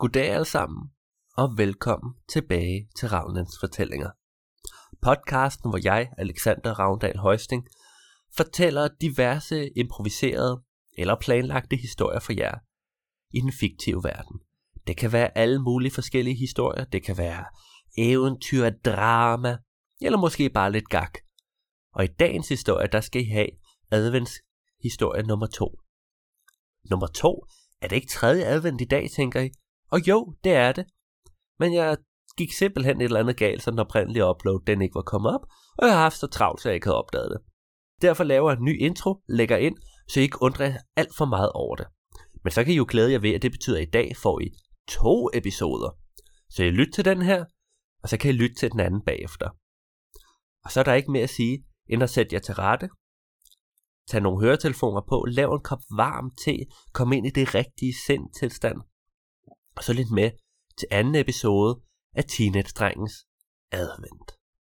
Goddag alle sammen, og velkommen tilbage til Ravnens Fortællinger. Podcasten, hvor jeg, Alexander Ravndal Højsting, fortæller diverse improviserede eller planlagte historier for jer i den fiktive verden. Det kan være alle mulige forskellige historier, det kan være eventyr, drama, eller måske bare lidt gak. Og i dagens historie, der skal I have adventshistorie nummer 2. Nummer 2? Er det ikke tredje advent i dag, tænker I? Og jo, det er det. Men jeg gik simpelthen et eller andet galt, så den oprindelige upload den ikke var kommet op, og jeg har haft så travlt, så jeg ikke havde opdaget det. Derfor laver jeg en ny intro, lægger ind, så I ikke undrer jer alt for meget over det. Men så kan I jo glæde jer ved, at det betyder, at i dag får I 2 episoder. Så I lytter til den her, og så kan I lytte til den anden bagefter. Og så er der ikke mere at sige, end at sætte jer til rette. Tag nogle høretelefoner på, lav en kop varm te, kom ind i det rigtige sindtilstand. Og så lidt med til anden episode af Teenage-drengens advent.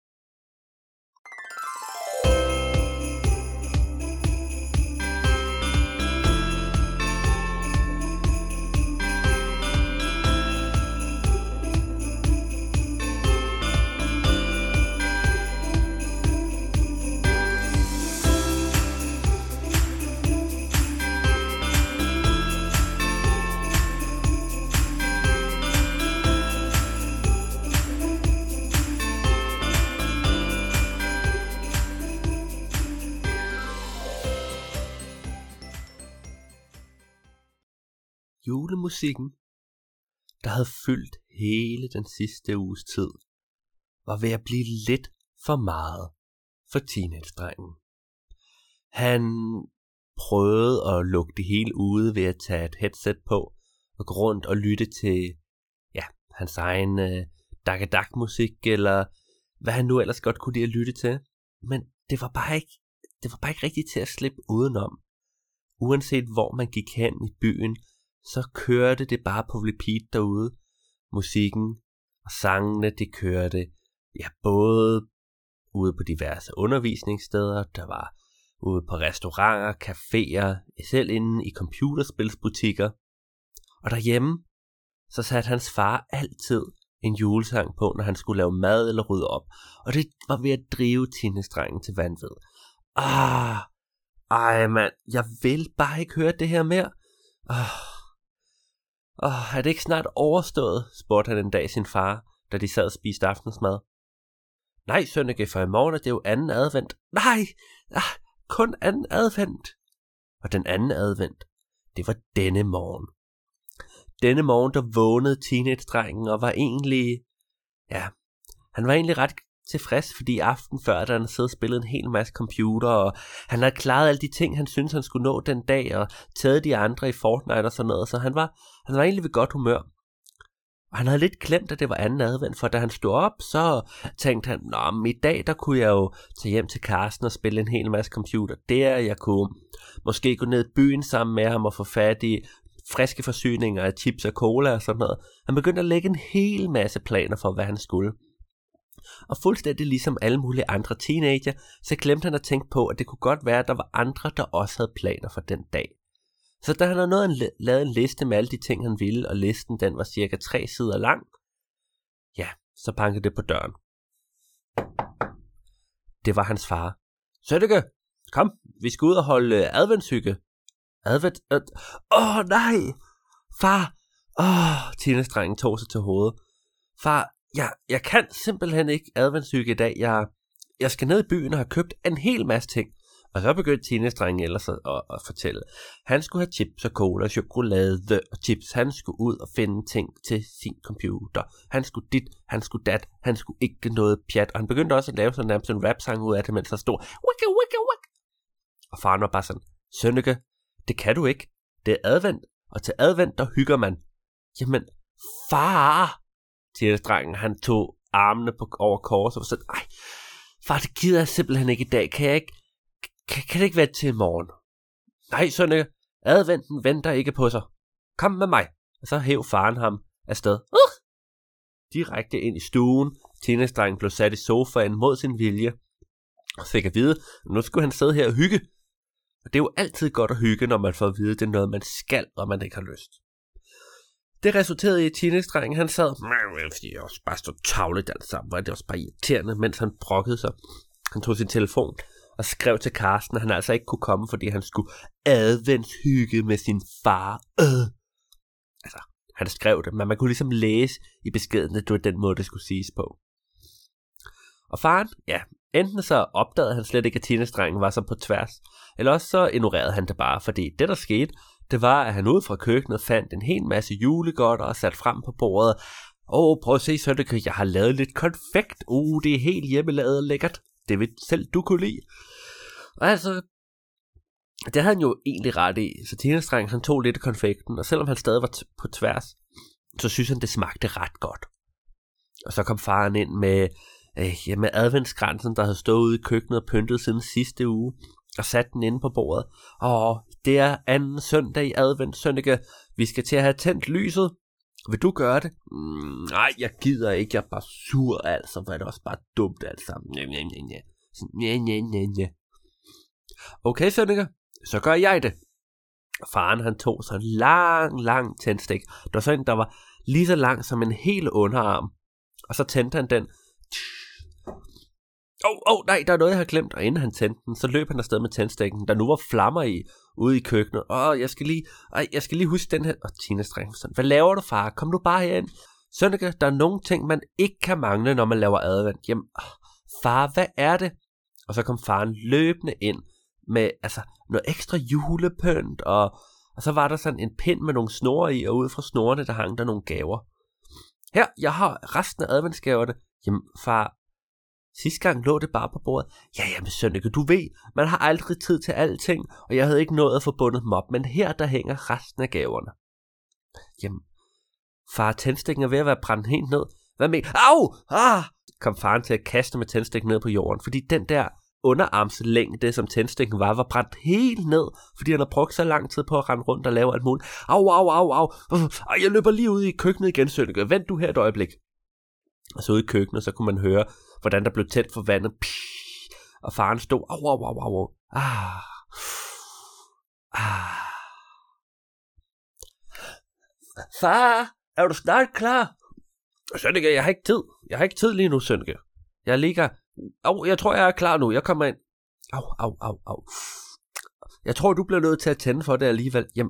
Julemusikken, der havde fyldt hele den sidste uges tid, var ved at blive lidt for meget for teenage-drengen. Han prøvede at lukke det hele ude ved at tage et headset på og gå rundt og lytte til hans egen dak-dak-musik, eller hvad han nu ellers godt kunne lide at lytte til. Men det var bare ikke rigtigt til at slippe udenom. Uanset hvor man gik hen i byen, så kørte det bare på repeat derude. Musikken og sangene, det kørte både ude på diverse undervisningssteder, der var ude på restauranter, caféer, selv inde i computerspilsbutikker. Og derhjemme, så satte hans far altid en julesang på, når han skulle lave mad eller rydde op. Og det var ved at drive teenage-drengen til vanvid. Ej mand, jeg vil bare ikke høre det her mere. Er det ikke snart overstået, spurgte han en dag sin far, da de sad og spiste aftensmad. Nej, Sønneke, for i morgen er det jo anden advent. Nej, kun anden advent. Og den anden advent, det var denne morgen. Denne morgen, der vågnede teenage-drengen og var egentlig, han var egentlig ret tilfreds, fordi aften før, da han sad og spillet en hel masse computer, og han havde klaret alle de ting, han syntes, han skulle nå den dag, og taget de andre i Fortnite og sådan noget, så han var egentlig ved godt humør. Og han havde lidt glemt, at det var anden advent, for da han stod op, så tænkte han, i dag, der kunne jeg jo tage hjem til Karsten og spille en hel masse computer. Jeg kunne måske gå ned i byen sammen med ham og få fat i friske forsyninger af chips og cola og sådan noget. Han begyndte at lægge en hel masse planer for, hvad han skulle. Og fuldstændig ligesom alle mulige andre teenager, så glemte han at tænke på, at det kunne godt være, at der var andre, der også havde planer for den dag. Så da han havde lavet en liste med alle de ting, han ville, og listen den var cirka 3 sider lang, så bankede det på døren. Det var hans far. Sønneke, kom, vi skal ud og holde adventshygge. Advent? Nej! Far! Teenage-drengen tog sig til hovedet. Far, jeg kan simpelthen ikke adventshygge i dag. Jeg skal ned i byen og have købt en hel masse ting. Og så begyndte teenage-drengen ellers at fortælle. Han skulle have chips og cola, chokolade og chips. Han skulle ud og finde ting til sin computer. Han skulle dit, han skulle dat, han skulle ikke noget pjat. Og han begyndte også at lave sådan nærmest en rap-sang ud af det, mens han stod wicka, wicka, wicka. Og faren var bare sådan, Sønneke, det kan du ikke. Det er advent, og til advent, der hygger man. Jamen, far! Teenage-drengen, han tog armene over kors og sagde, far, det gider jeg simpelthen ikke i dag. Kan det ikke være til i morgen? Nej, Sønneke, adventen venter ikke på sig. Kom med mig. Og så hæv faren ham afsted. Direkte ind i stuen. Teenage-drengen blev sat i sofaen mod sin vilje. Og fik at vide, at nu skulle han sidde her og hygge. Og det er jo altid godt at hygge, når man får at vide, at det er noget, man skal, og man ikke har lyst. Det resulterede i, at teenage-drengen, han sad, fordi jeg også bare stod tavlet alt sammen, var det også bare irriterende, mens han brokkede sig. Han tog sin telefon og skrev til Karsten, at han altså ikke kunne komme, fordi han skulle adventshygge med sin far. Altså, han skrev det, men man kunne ligesom læse i beskeden, at det var den måde, det skulle siges på. Og faren, ja, enten så opdagede han slet ikke, at teenage-drengen var så på tværs, eller også så ignorerede han det bare, fordi det, der skete, det var, at han ud fra køkkenet fandt en hel masse julegodter og sat frem på bordet. Prøv at se, Sønneke, jeg har lavet lidt konfekt. Det er helt hjemmelavet og lækkert. Det vil selv du kunne lide. Og altså, det havde han jo egentlig ret i. Så teenage-drengen, han tog lidt af konfekten, og selvom han stadig var på tværs, så synes han, det smagte ret godt. Og så kom faren ind med adventskransen, der havde stået ude i køkkenet og pyntet siden sidste uge, og satte den inde på bordet. Det er anden søndag i advent, Sønneke. Vi skal til at have tændt lyset. Vil du gøre det? Nej, jeg gider ikke. Jeg er bare sur, altså. Hvor er det også bare dumt, alt sammen. Okay, Sønneke. Så gør jeg det. Faren, han tog så en lang tændstik. Det var sådan, der var lige så lang som en hel underarm. Og så tændte han den. Nej, der er noget, jeg har glemt. Og inden han tændte den, så løb han afsted med tændstikken, der nu var flammer i, ude i køkkenet. Jeg skal lige huske den her. teenage-drengen, hvad laver du, far? Kom nu bare herind. Sønneke, der er nogle ting, man ikke kan mangle, når man laver advent. Jamen, far, hvad er det? Og så kom faren løbende ind med noget ekstra julepynt, og så var der sådan en pind med nogle snore i, og ud fra snorene, der hang der nogle gaver. Her, jeg har resten af adventsgaverne. Jamen, far, sidste gang lå det bare på bordet. Jamen Sønneke, du ved, man har aldrig tid til alting, og jeg havde ikke nået at få bundet dem op, men her der hænger resten af gaverne. Jamen, far, tændstikken er ved at være brændt helt ned. Hvad med? Kom faren til at kaste med tændstikken ned på jorden, fordi den der underarmslængde, som tændstikken var brændt helt ned, fordi han havde brugt så lang tid på at rende rundt og lave alt muligt. Jeg løber lige ud i køkkenet igen, Sønneke. Vent du her et øjeblik. Og så ude i køkkenet, så kunne man høre, hvordan der blev tændt for vandet. Og faren stod. Far, er du snart klar? Sønneke, jeg har ikke tid lige nu, Sønneke. Jeg ligger. Jeg tror, jeg er klar nu. Jeg kommer ind. Jeg tror, du bliver nødt til at tænde for det alligevel. Jamen.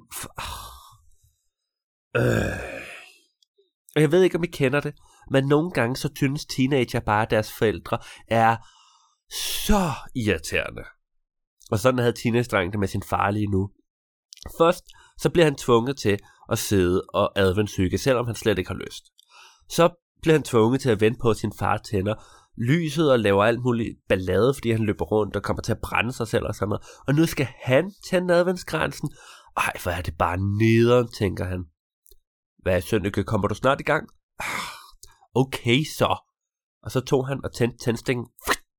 Jeg ved ikke, om I kender det, men nogle gange så synes teenager bare, at deres forældre er så irriterende. Og sådan havde teenage-drengen det med sin far lige nu. Først så bliver han tvunget til at sidde og adventshygge, selvom han slet ikke har lyst. Så bliver han tvunget til at vente på, at sin far tænder lyset og laver alt muligt ballade, fordi han løber rundt og kommer til at brænde sig selv og sådan noget. Og nu skal han tænde adventsgrænsen. Hvor er det bare nederen, tænker han. Hvad, Sønneke, kommer du snart i gang? Okay så. Og så tog han og tændte tændstikken.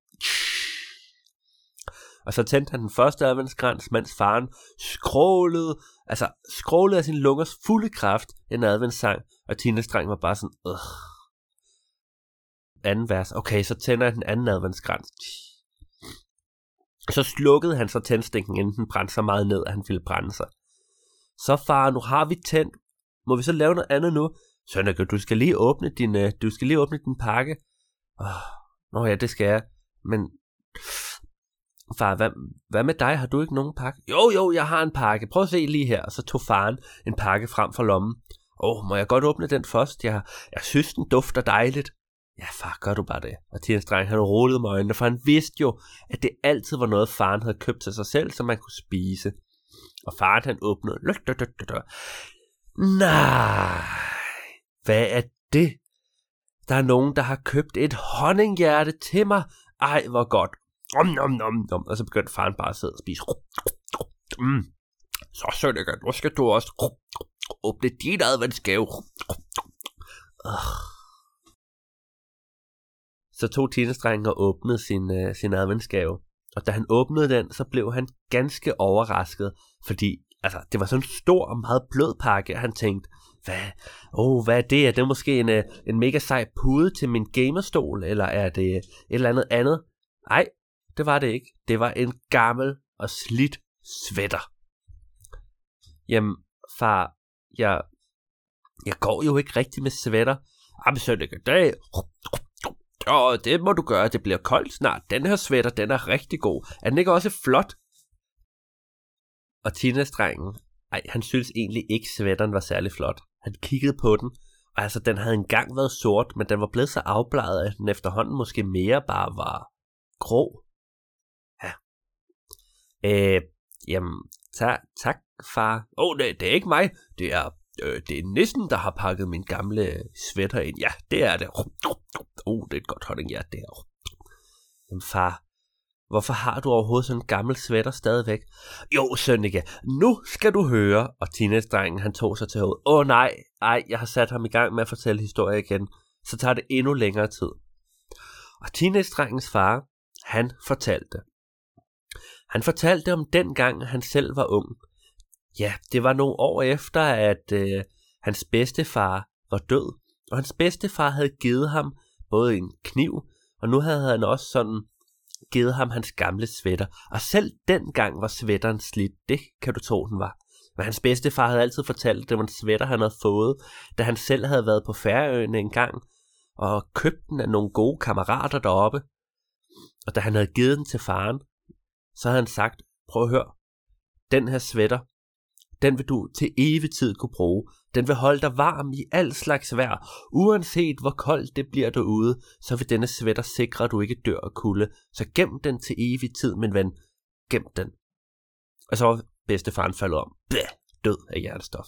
Og så tændte han den første adventskrans, mens faren skrålede af sin lungers fulde kraft en adventssang, og teenage-drengen var bare sådan, anden vers. Okay, så tænder han den anden adventskrans. Så slukkede han så tændstikken, inden den brændte så meget ned, at han ville brænde sig. Så far, nu har vi tændt. Må vi så lave noget andet nu? Sønneke, du skal lige åbne din pakke. Nå ja, det skal jeg. Men far, hvad med dig? Har du ikke nogen pakke? Jo, jeg har en pakke. Prøv at se lige her. Og så tog faren en pakke frem fra lommen. Må jeg godt åbne den først? Jeg synes, den dufter dejligt. Ja, far, gør du bare det. Og teenage-drengen, han rullede med øjnene, for han vidste jo, at det altid var noget, faren havde købt til sig selv, som man kunne spise. Og faren, han åbnede. Nej, hvad er det? Der er nogen, der har købt et honninghjerte til mig. Ej, hvor godt. Og så begyndte faren bare at sidde og spise. Så Sønneke, nu skal du også åbne din adventsgave. Så tog teenage-drengen og åbnede sin adventsgave. Og da han åbnede den, så blev han ganske overrasket, fordi det var sådan en stor og meget blød pakke, og han tænkte, hvad er det? Er det måske en mega sej pude til min gamerstol, eller er det et eller andet? Nej, det var det ikke. Det var en gammel og slidt sweater. Jamen, far, Jeg går jo ikke rigtig med sweater. Jamen Sønneke, det må du gøre, det bliver koldt snart. Den her sweater, den er rigtig god. Er den ikke også flot? Og teenage-drengen, han synes egentlig ikke, sweateren var særlig flot. Han kiggede på den, og altså, den havde engang været sort, men den var blevet så afbladet, at den efterhånden måske mere bare var grå. Ja. Jamen, tak, far. Det er ikke mig. Det er nissen, der har pakket min gamle sweater ind. Ja, det er det. Det er et godt honninghjert, det her. Jamen, far, hvorfor har du overhovedet sådan en gammel sweater stadigvæk? Jo, Sønneke, nu skal du høre. Og teenage-drengen, han tog sig til hovedet. Nej, jeg har sat ham i gang med at fortælle historie igen. Så tager det endnu længere tid. Og teenage-drengens far, han fortalte. Han fortalte om dengang, han selv var ung. Ja, det var nogle år efter, at hans bedstefar var død. Og hans bedstefar havde givet ham både en kniv, og nu havde han også sådan givet ham hans gamle sweater. Og selv dengang var sweateren slidt. Det kan du tro, den var. Men hans bedstefar havde altid fortalt, at det var en sweater, han havde fået, da han selv havde været på Færøerne en gang, og købt den af nogle gode kammerater deroppe. Og da han havde givet den til faren, så havde han sagt, prøv at høre, den her sweater, den vil du til evig tid kunne bruge. Den vil holde dig varm i al slags vejr. Uanset hvor koldt det bliver derude, så vil denne sweater sikre, at du ikke dør af kulde. Så gem den til evig tid, min ven. Gem den. Og så var bedstefaren faldet om. Død af hjertestof.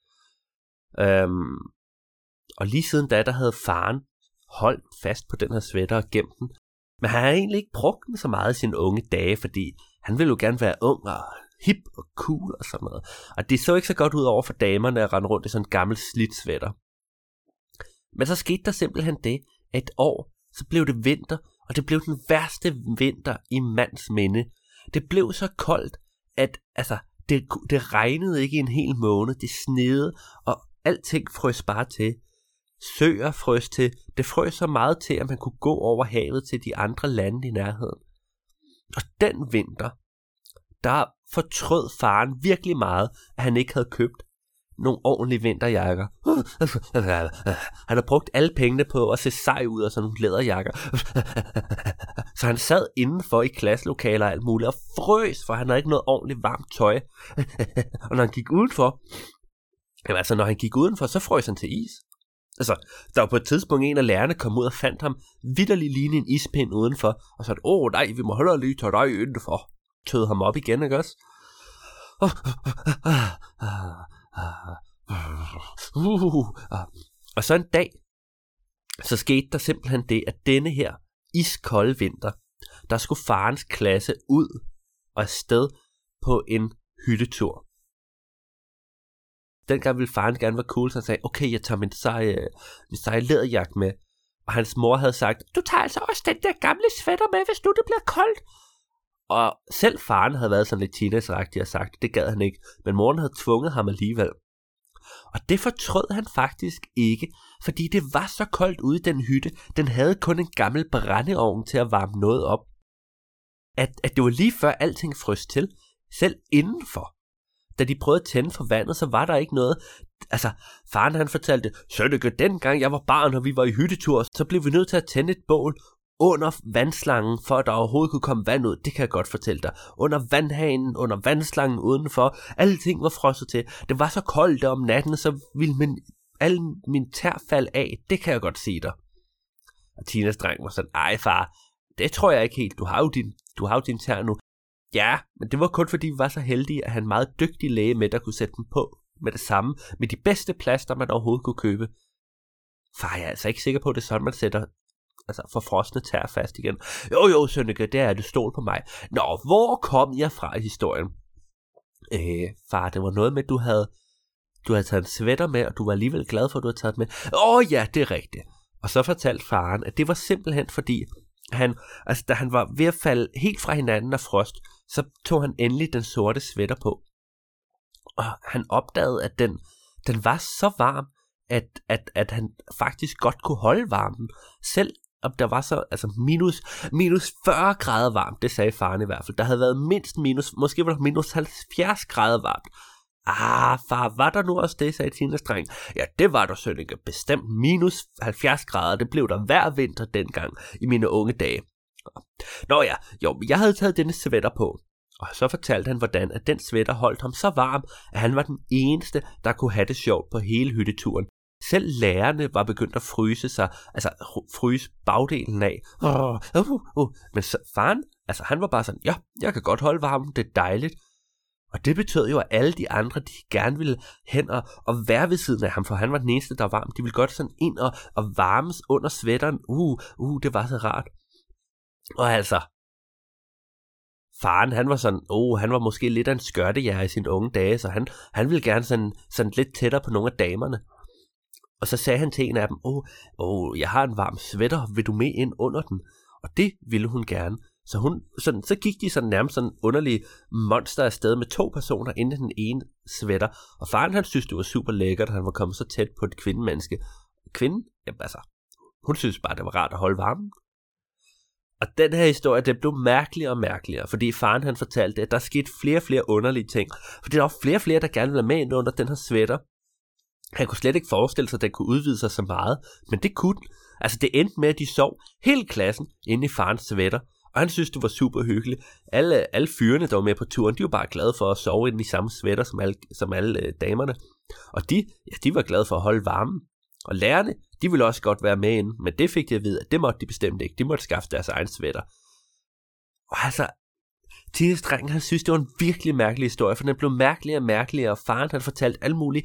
Og lige siden da, der havde faren holdt fast på den her sweater og gemt den. Men han havde egentlig ikke brugt den så meget i sine unge dage, fordi han ville jo gerne være ung og hip og cool og sådan noget. Og det så ikke så godt ud over for damerne at rende rundt i sådan en gammel slidt sweater. Men så skete der simpelthen det, at et år, så blev det vinter, og det blev den værste vinter i mands minde. Det blev så koldt, at det regnede ikke i en hel måned, det sneede, og alting frøs bare til. Søer frøs til, det frøs så meget til, at man kunne gå over havet til de andre lande i nærheden. Og den vinter, der fortrød faren virkelig meget, at han ikke havde købt nogle ordentlige vinterjakker. Han havde brugt alle pengene på at se sej ud af sådan nogle læderjakker. Så han sad indenfor i klasselokaler og alt muligt og frøs, for han havde ikke noget ordentligt varmt tøj. Og når han gik udenfor, så frøs han til is. Altså, der var på et tidspunkt en af lærerne kom ud og fandt ham vitterlig lignende en ispind udenfor, og sagde, nej, vi må hellere lige tage dig indenfor. Tød ham op igen, ikke også? Og så en dag, så skete der simpelthen det, at denne her iskolde vinter, der skulle farens klasse ud og afsted på en hyttetur. Dengang ville faren gerne være cool, så han sagde, okay, jeg tager min seje læderjakke med. Og hans mor havde sagt, du tager altså også den der gamle sweater med, hvis nu det bliver koldt. Og selv faren havde været sådan lidt teenageragtig og sagt, det gad han ikke, men moren havde tvunget ham alligevel. Og det fortrød han faktisk ikke, fordi det var så koldt ude i den hytte, den havde kun en gammel brændeovn til at varme noget op. At det var lige før alting frøs til, selv indenfor. Da de prøvede at tænde for vandet, så var der ikke noget. Altså, faren han fortalte, Sønneke, dengang jeg var barn, og vi var i hyttetur, så blev vi nødt til at tænde et bål under vandslangen, for at der overhovedet kunne komme vand ud. Det kan jeg godt fortælle dig. Under vandhanen, under vandslangen udenfor, alle ting var frosset til. Det var så koldt om natten, så ville alle min tær falde af. Det kan jeg godt sige dig. Og Tinas dreng var sådan, ej far, det tror jeg ikke helt. Du har jo din tær nu. Ja, men det var kun fordi vi var så heldige at have en meget dygtig læge med, der kunne sætte den på med det samme, med de bedste plaster, man overhovedet kunne købe. Far, jeg er altså ikke sikker på, at det er sådan, man sætter forfrosne tær fast igen. Jo, Sønneke, det er det, stol på mig. Nå, hvor kom jeg fra i historien? Far, det var noget med, at du havde taget en sweater med, og du var alligevel glad for, at du havde taget den med. Ja, det er rigtigt. Og så fortalte faren, at det var simpelthen fordi, da han var ved at falde helt fra hinanden af frost, så tog han endelig den sorte sweater på. Og han opdagede, at den var så varm, at han faktisk godt kunne holde varmen. Selv om der var så minus 40 grader varmt, det sagde faren i hvert fald. Der havde været mindst måske var der minus 70 grader varmt. Far, var der nu også det, sagde Tinas dreng. Ja, det var der, Sønneke. Bestemt minus 70 grader. Det blev der hver vinter dengang i mine unge dage. Nå ja, jo, jeg havde taget denne sweater på. Og så fortalte han, hvordan at den sweater holdt ham så varm, at han var den eneste, der kunne have det sjovt på hele hytteturen. Selv lærerne var begyndt at fryse sig, altså fryse bagdelen af. Men faren, altså han var bare sådan, ja, jeg kan godt holde varmen, det er dejligt. Og det betød jo, at alle de andre, de gerne ville hen og være ved siden af ham, for han var den eneste, der var varm. De ville godt sådan ind og varmes under sweateren. Det var så rart. Og altså, faren, han var sådan, han var måske lidt af en skørtejæger i sine unge dage, så han ville gerne sådan lidt tættere på nogle af damerne. Og så sagde han til en af dem, jeg har en varm sweater, vil du med ind under den? Og det ville hun gerne. Så gik de sådan nærmest sådan underlige monster afsted med 2 personer inde i den ene sweater. Og faren, han synes, det var super lækkert, at han var kommet så tæt på et kvindemenneske. Kvinden, hun synes bare, det var rart at holde varmen. Og den her historie, det blev mærkeligere og mærkeligere, fordi faren, han fortalte, at der skete flere og flere underlige ting. Fordi der var flere og flere, der gerne ville være med ind under den her sweater. Han kunne slet ikke forestille sig, at den kunne udvide sig så meget, men det kunne den. Altså det endte med, at de sov hele klassen inde i farens sweater, og han synes, det var super hyggeligt. Alle fyrene, der var med på turen, de var bare glade for at sove inde i samme sweater som alle damerne. Og de var glade for at holde varmen. Og lærerne, de ville også godt være med inde, men det fik de at vide, at det måtte de bestemt ikke. De måtte skaffe deres egen sweater. Og altså, Tinas dreng, han synes, det var en virkelig mærkelig historie, for den blev mærkeligere og mærkeligere, og faren han fortalte alle mulige,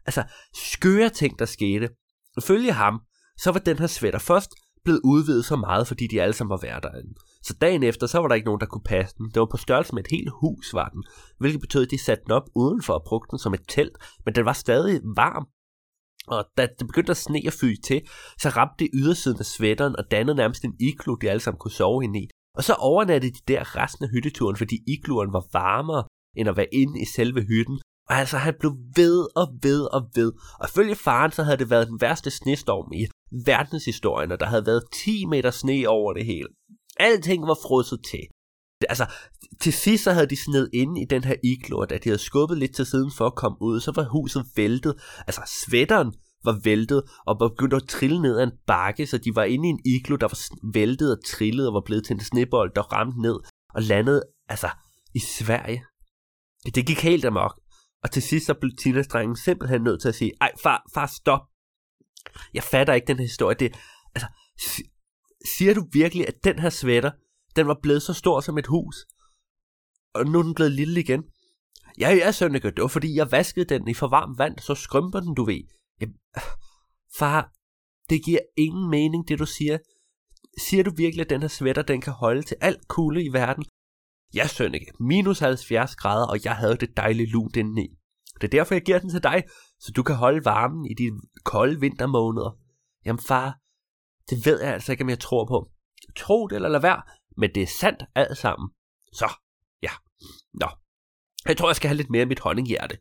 skøre ting, der skete. Ifølge ham, så var den her sweater først blevet udvidet så meget, fordi de alle sammen var værter derinde. Så dagen efter, så var der ikke nogen, der kunne passe den. Det var på størrelse med et helt hus, var den. Hvilket betød, at de satte den op udenfor og brugte den som et telt, men den var stadig varm. Og da det begyndte at sne og fyge til, så ramte det ydersiden af sweateren og dannede nærmest en iglo, de alle sammen kunne sove inde i. Og så overnattede de der resten af hytteturen, fordi igloen var varmere end at være inde i selve hytten. Og altså, han blev ved og ved og ved. Og ifølge faren, så havde det været den værste snestorm i verdenshistorien, og der havde været 10 meter sne over det hele. Alting var frosset til. Altså, til sidst så havde de snedet inde i den her iglo, og da de havde skubbet lidt til siden for at komme ud, så var huset væltet. Altså, sweateren var væltet og var begyndt at trille ned ad en bakke, så de var inde i en iglo, der var væltet og trillede og var blevet til en snebold, der ramte ned og landede, i Sverige. Det gik helt amok. Og til sidst så blev Tinas drengen simpelthen nødt til at sige, ej far, stop. Jeg fatter ikke den her historie. Siger du virkelig, at den her sweater, den var blevet så stor som et hus, og nu er den blevet lille igen? Ja, Sønneke, det var fordi jeg vaskede den i for varmt vand, så skrømper den, du ved. Jamen, far, det giver ingen mening, det du siger. Siger du virkelig, at den her sweater, den kan holde til alt kulde i verden? Ja, Sønneke, minus 70 grader, og jeg havde det dejlige lunt indeni. Det er derfor, jeg giver den til dig, så du kan holde varmen i de kolde vintermåneder. Jamen far, det ved jeg altså ikke, om jeg tror på. Tro det eller lad være, men det er sandt alt sammen. Så, ja. Nå, jeg tror, jeg skal have lidt mere af mit honninghjerte.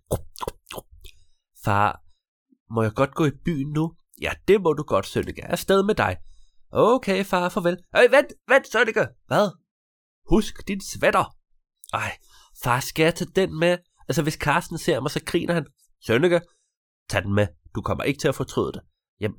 Far, må jeg godt gå i byen nu? Ja, det må du godt, Sønneke. Jeg er afsted med dig. Okay, far, farvel. Vent, Sønneke. Hvad? Husk din sweater. Ej, far, skal jeg tage den med? Altså, hvis Karsten ser mig, så griner han. Sønneke, tag den med. Du kommer ikke til at fortryde det. Jamen.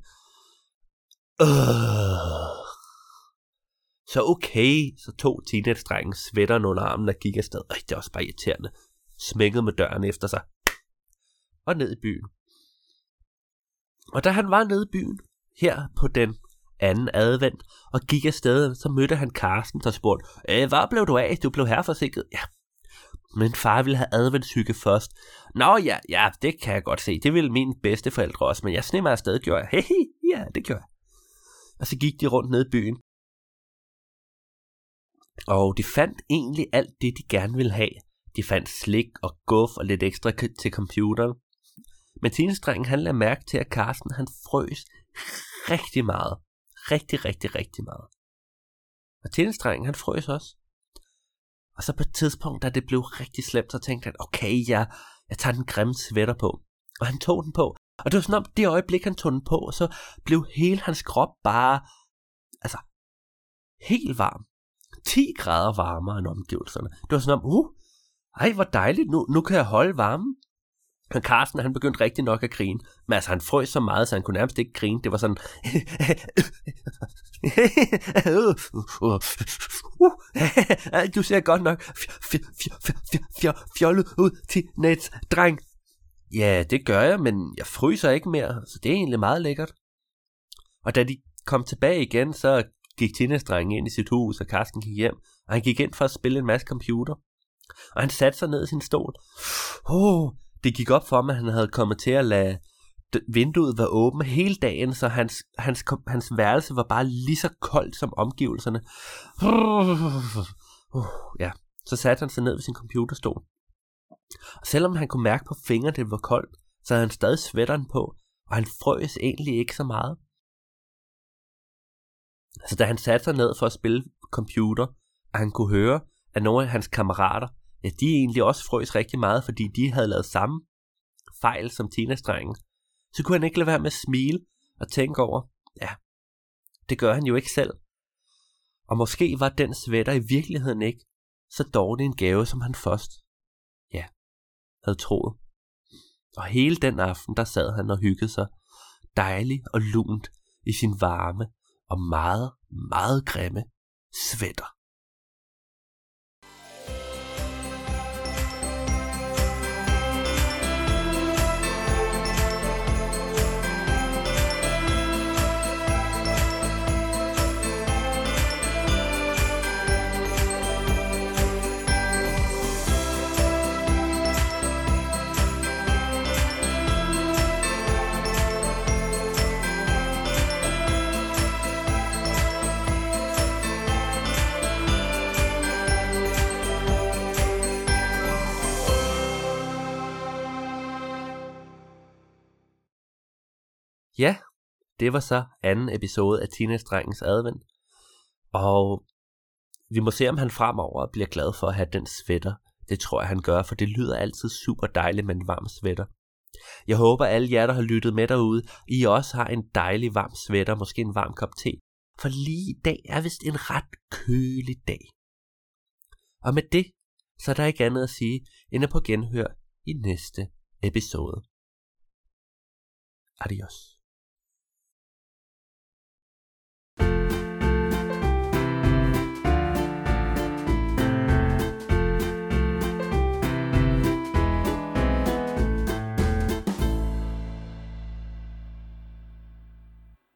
Så okay, så tog teenage-drengen sweateren under armen og gik afsted. Det er også bare irriterende. Smækkede med døren efter sig. Og ned i byen. Og da han var nede i byen, her på den anden advent, og gik afsted, så mødte han Karsten, der spurgte, hvad blev du af? Du blev her forsinket. Ja, men far ville have adventshygge først. Nå ja, det kan jeg godt se. Det ville mine bedsteforældre også, men jeg sneg mig afsted, gjorde jeg. Hehe, ja, det gjorde jeg. Og så gik de rundt ned i byen. Og de fandt egentlig alt det, de gerne ville have. De fandt slik og guf og lidt ekstra til computeren. Men teenage-drengen, han lagde mærke til, at Karsten, han frøs rigtig meget. Rigtig meget. Og teenage-drengen, han frøs også. Og så på et tidspunkt, da det blev rigtig slemt, så tænkte han, okay, jeg tager den grimme sweater på. Og han tog den på. Og det var sådan om, det øjeblik, han tog den på, så blev hele hans krop bare, helt varm. 10 grader varmere end omgivelserne. Det var sådan om, ej, hvor dejligt, nu kan jeg holde varmen. Og Carsten, han begyndte rigtig nok at grine. Men altså, han frøs så meget, så han kunne nærmest ikke grine. Det var sådan... Du ser godt nok fjollet ud, teenage dreng. Ja, det gør jeg, men jeg fryser ikke mere, så det er egentlig meget lækkert. Og da de kom tilbage igen, så gik teenage-drengen ind i sit hus, og Carsten gik hjem. Og han gik ind for at spille en masse computer. Og han satte sig ned i sin stol. Det gik op for ham, at han havde kommet til at lade vinduet være åbent hele dagen, så hans værelse var bare lige så koldt som omgivelserne. Ja, så satte han sig ned ved sin computerstol. Og selvom han kunne mærke på fingrene, at det var koldt, så havde han stadig sweateren på, og han frøs egentlig ikke så meget. Så da han satte sig ned for at spille computer, og han kunne høre, at nogle af hans kammerater, ja, de egentlig også frøs rigtig meget, fordi de havde lavet samme fejl som teenage-drengen, så kunne han ikke lade være med at smile og tænke over, ja, det gør han jo ikke selv. Og måske var den sweater i virkeligheden ikke så dårlig en gave, som han først, ja, havde troet. Og hele den aften, der sad han og hyggede sig dejligt og lunt i sin varme og meget, meget grimme sweater. Ja, det var så anden episode af Teenage-drengens advent. Og vi må se, om han fremover bliver glad for at have den sweater. Det tror jeg, han gør, for det lyder altid super dejligt med en varm sweater. Jeg håber, alle jer, der har lyttet med derude, I også har en dejlig varm sweater, måske en varm kop te. For lige i dag er vist en ret kølig dag. Og med det, så er der ikke andet at sige, end at på genhør i næste episode. Adios.